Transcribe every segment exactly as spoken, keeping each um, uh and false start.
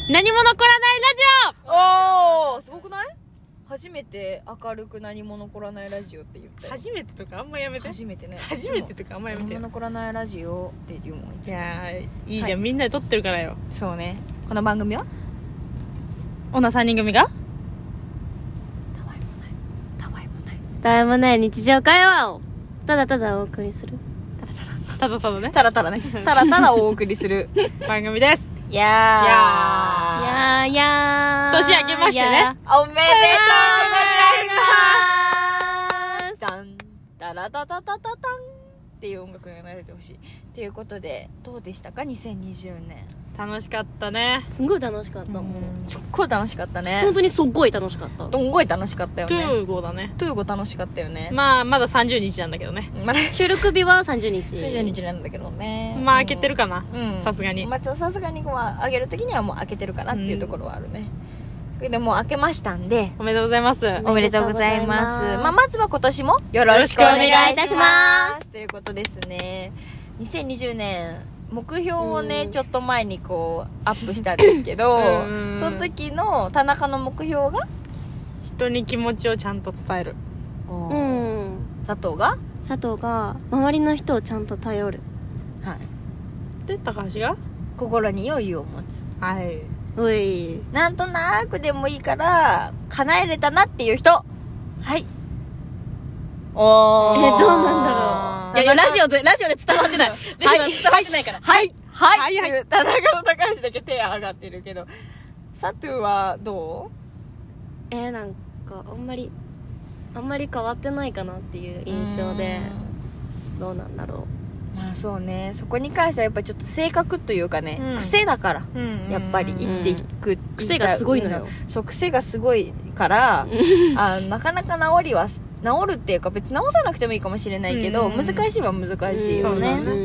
何も残らないラジオ。おー、すごくない？初めて明るく何も残らないラジオって言った。 初めてとかあんまやめて。 初めてね。 初めてとかあんまやめて。 何も残らないラジオって言うもん。 いやー、いいじゃん、はい、みんなで撮ってるからよ。 そうね。この番組は女さんにん組がたわいもないたわいもないたわいもない日常会話をただただお送りするただただただただねただただねただただお送りする番組です。 いやーいやーいやー年明けましてね、 おめでとうございます。ダンタラタタタタタンっていう音楽が流れてほしいということで、どうでしたかにせんにじゅうねん。 楽しかったね。 すごい楽しかったもん。 すっごい楽しかったね。 本当にすっごい楽しかった。 すんごい楽しかったよね。 トゥーゴだね。 トゥーゴ楽しかったよね。 まあまださんじゅうにちなんだけどね。 まあ、 収録日はさんじゅうにちさんじゅうにちなんだけどね。 まあ開けてるかな。さすがに。 またさすがにあげるときにはもう開けてるかなっていうところはあるね。うん、でもう開けましたんで、 おめでとうございます。 おめでとうございます。まあまずは今年もよろしくお願いいたします。ということですね。にせんにじゅうねん。目標をね、ちょっと前にこうアップしたんですけど、その時の田中の目標が人に気持ちをちゃんと伝える。 うん。 佐藤が佐藤が周りの人をちゃんと頼る。 はい。 で高橋が心に余裕を持つ。 はい。 おい。 なんとなくでもいいから叶えれたなっていう人。はい。 おー。え、どうなんだろう。いやいや、ラジオで、ラジオで伝わってない。ラジオで伝わってないから。 はい。はい。 はい。はい。はい。 田中と高橋だけ手上がってるけど。佐藤はどう？ えー、なんか、あんまり、あんまり変わってないかなっていう印象で、どうなんだろう。まあそうね。そこに関してはやっぱりちょっと性格というかね、うん、癖だから。うん、やっぱり生きていく、うん。 癖がすごいのよ。 そう、癖がすごいから、あなかなか治りは、治るっていうか別に治さなくてもいいかもしれないけど、うん、難しいは難しいよね、うんうん、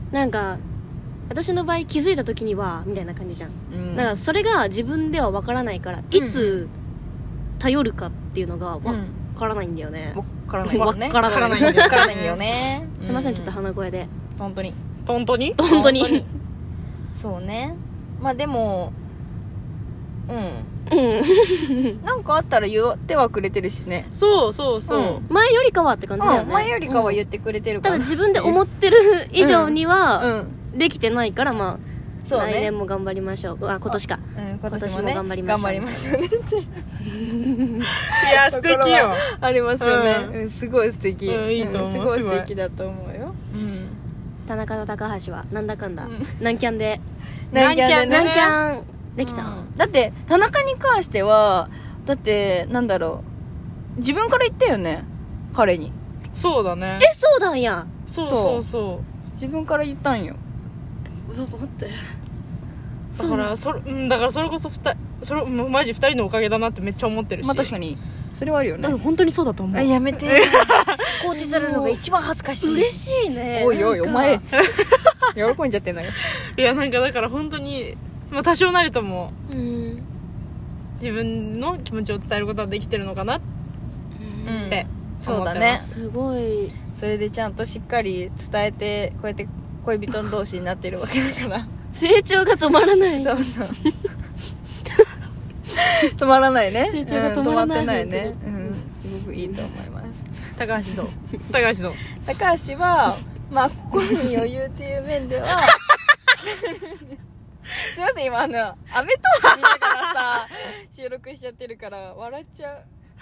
なんか私の場合気づいた時にはみたいな感じじゃん、うん、だからそれが自分では分からないから、うん、いつ頼るかっていうのが分からないんだよね、 分からない分からない分からないんだよねすいません、ちょっと鼻声で本当に本当に本当にそうね。まあでもうんうん、 なんかあったら言ってはくれてるしね。 そうそうそう、うん、 前よりかはって感じだよね、 うん、前よりかは言ってくれてるから、 うん、ただ自分で思ってる以上にはできてないから、まあそうね、来年も頑張りましょう。あ、今年か、 うん、今年も、ね、 今年も頑張りましょう。 頑張りましょうねっていや素敵よ。 ありますよね、うんうん、すごい素敵、 うん、いいと思う、 すごい素敵だと思うよ、うん、 田中と高橋はなんだかんだ、うん、南キャンで南キャンでね、 南キャンできた、 うん、だって田中に関してはだってなんだろう、自分から言ったよね、彼に。 そうだね。 え、そうだんや。 そうそうそう、 自分から言ったんよ。 うわ、待って、 だからそれ、うん、だからそれこそふたそれマジふたりのおかげだなってめっちゃ思ってるし、 まあ確かにそれはあるよね。 本当にそうだと思う。 あ、やめて肯定されるのが一番恥ずかしい。 嬉しいね。 おいおいお前喜んじゃってんのよ。 いやなんかだから本当にまあ多少なりとも、 うん、 自分の気持ちを伝えることはできてるのかなって、うん、 そうだね。 すごい。それでちゃんとしっかり伝えてこうやって恋人同士になってるわけだから成長が止まらない。 そうそう止まらないね。 成長が止まらない、 うん、止まってないね、うん、すごくいいと思います。 高橋どう高橋どう高橋はまあ心に余裕っていう面ではすいません、今あのアメトーク見ながらさ収録しちゃってるから笑っちゃう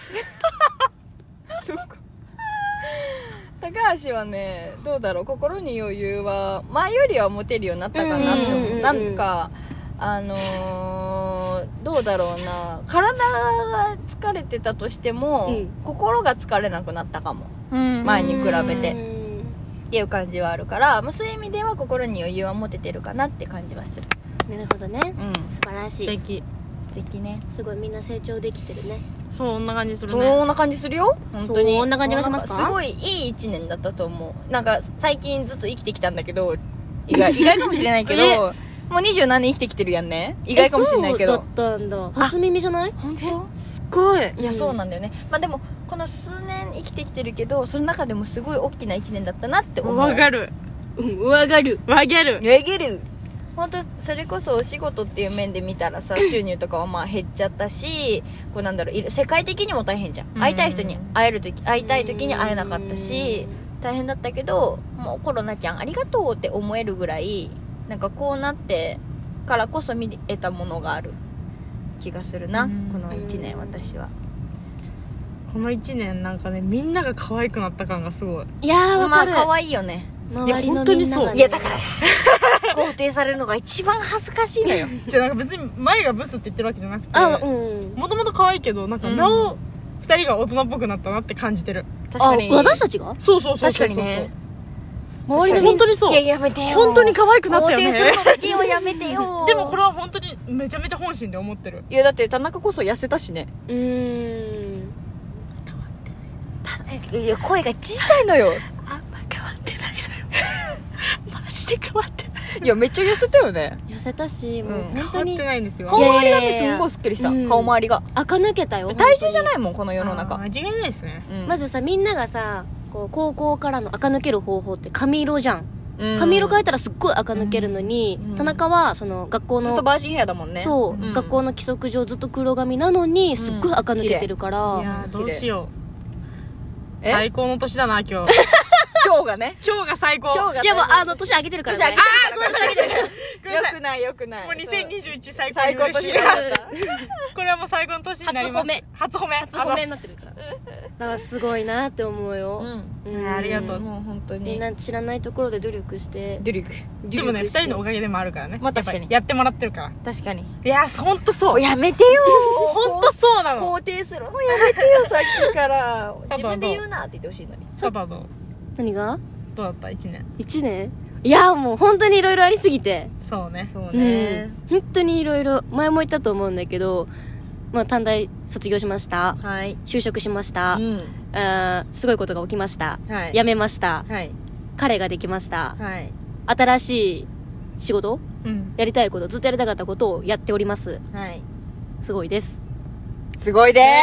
どこ高橋はね、どうだろう、心に余裕は前よりは持てるようになったかなって思う。なんかあのー、どうだろうな、体が疲れてたとしても、うん、心が疲れなくなったかも、前に比べてっていう感じはあるから、まあ、そういう意味では心に余裕は持ててるかなって感じはする。 なるほどね、うん、素晴らしい。 素敵素敵ね。 すごいみんな成長できてるね。 そんな感じするね。 そんな感じするよ本当に。 そんな感じがしますか。 すごいいい一年だったと思う。なんか最近ずっと生きてきたんだけど、意外意外かもしれないけどもう二十何年生きてきてるやんね。意外かもしれないけど。 そうだったんだ。初耳じゃない？ 本当？ すごい。 いや、そうなんだよね。まあでもこの数年生きてきてるけど、その中でもすごい大きな一年だったなって思う。 わかる。 うん、わかる。 わかる。 わかる。 本当それこそお仕事っていう面で見たらさ収入とかはまあ減っちゃったし、こうなんだろう、世界的にも大変じゃん。会いたい人に会える時会いたい時に会えなかったし大変だったけど、もうコロナちゃんありがとうって思えるぐらい、なんかこうなってからこそ見えたものがある気がするな、このいちねん。私はこのいちねんなんかね、みんなが可愛くなった感がすごい。 いやーわかる。 まあ可愛いよね。 周りのみんなが、ね、 いやだから肯定されるのが一番恥ずかしいのよ。 じゃあなんか別に前がブスって言ってるわけじゃなくて、 あ、うん、 もともと可愛いけどなんかなおふたりが大人っぽくなったなって感じてる。 確かに。 あ、私たちがそうそうそうそうそう、 確かにね。 周りの本当にそう。 いややめてよ、 本当に可愛くなったよね。 肯定するのだけはやめてよ。 でもこれは本当にめちゃめちゃ本心で思ってる。 いやだって田中こそ痩せたしね。 うーん、 いや声が小さいのよ。 あんま変わってないのよ。マジで変わってない。 いやめっちゃ痩せたよね。 痩せたし、もううん本当に変わってないんですよ。 顔周りだっていやいやいやすんごいスッキリした、 うん顔周りが。 垢抜けたよ。 体重じゃないい。 もんこの世の中。 間違いないですね。 うんまずさ、みんながさ、こう高校からの垢抜ける方法って髪色じゃん。 うん髪色変えたらすっごい垢抜けるのに、 うん田中はその学校ずっとの、 バージンヘアだもんね。 そう、 ん学校の規則上ずっと黒髪なのにすっごい垢抜けてるから、 いやーどうしよう。 え最高の年だな今日。 今日がね。 今日が最高。 今日がいやもうあの年上げてるからね。 年上げてあーごめんなさい。ごめんなさい。 よくないよくない。 もうにせんにじゅういち最高最高に嬉しい年。だった。 これはもう最高の年になります。 初褒め初褒め。 初褒めになってるから。だからすごいなって思うよ。 うん。 うんありがとうもう本当に。 みんな知らないところで努力して、 努力。 でもね、二努力して人のおかげでもあるからね。 まあ確かにやっぱりやってもらってるから。 確かに。 いやー、ほんとそう。 やめてよほんとそうなの。 肯定するのやめてよさっきから佐藤はどう自分で言うなって言ってほしいのに。 サバどう何がどうだったいちねん。 いちねん。いやもう本当にいろいろありすぎて、 そうね。 そううねん、本当にいろいろ前も言ったと思うんだけど、まあ短大卒業しました、 はい。 就職しました、 うん。 あーすごいことが起きました、 はい辞めました、 はい。 彼ができました、 はい。 新しい仕事、 うん。 やりたいこと、ずっとやりたかったことをやっております。 はい。 すごいです。 すごいでー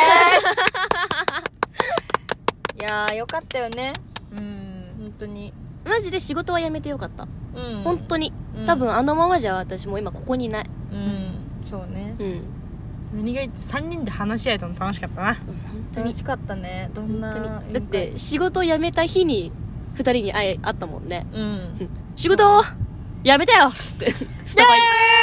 す。いやーよかったよね。 うん。 本当に。 マジで仕事は辞めてよかった、 うん。 本当に、 うん多分あのままじゃ私も今ここにいない。 うん。そうね。 うん、 何が言ってさんにんで話し合えたの楽しかったな。 本当に楽しかったね。どんな。 本当にだって仕事辞めた日にふたりに会え会ったもんね。 うん。 仕事辞めたよっつってスタバスタバ行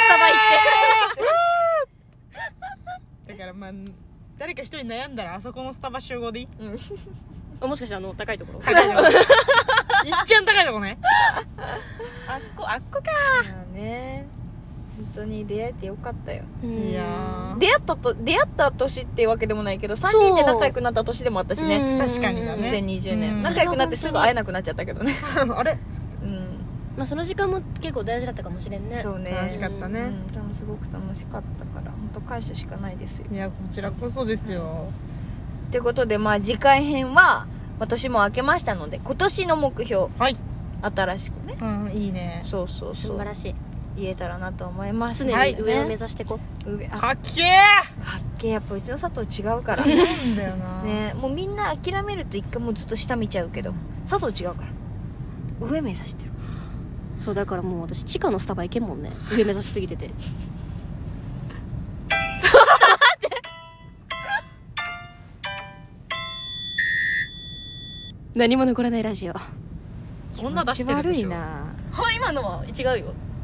ってだからまあ、誰か一人悩んだらあそこのスタバ集合でいい？ うん。 あ、もしかしてあの高いところ高いとこ。いっちゃん高いとこね。 あっこあっこか。 まあね。本当に出会えてよかったよ。 うんいやー出会ったと出会った年っていうわけでもないけどさんにんで仲良くなった年でもあったしね。 うん確かにだねにせんにじゅうねうんん仲良くなってすぐ会えなくなっちゃったけどね。 あれうん。 まあその時間も結構大事だったかもしれんね。 そうね。 楽しかったねうん、多分すごく楽しかったから本当感謝しかないですよ。 いや、こちらこそですよ。 ってことでまあ次回編は私も明けましたので今年の目標はい。 新しくね。 うん、いいね。 そうそうそう素晴らしい。 言えたらなと思います。 常はいに上を目指してこ上あかかっけっけえやっぱうちの佐藤違うからーなんだよな。 ね。もうみんな諦めると一回もうずっと下見ちゃうけど佐藤違うから上目指してる。 う。そうだからもう私地下のスタバ行けんもんね。上目指しすぎてて。何も残らないラジオ。 こんな出してるでしょ。 気持ち悪いな。 はい、今のは違うよ。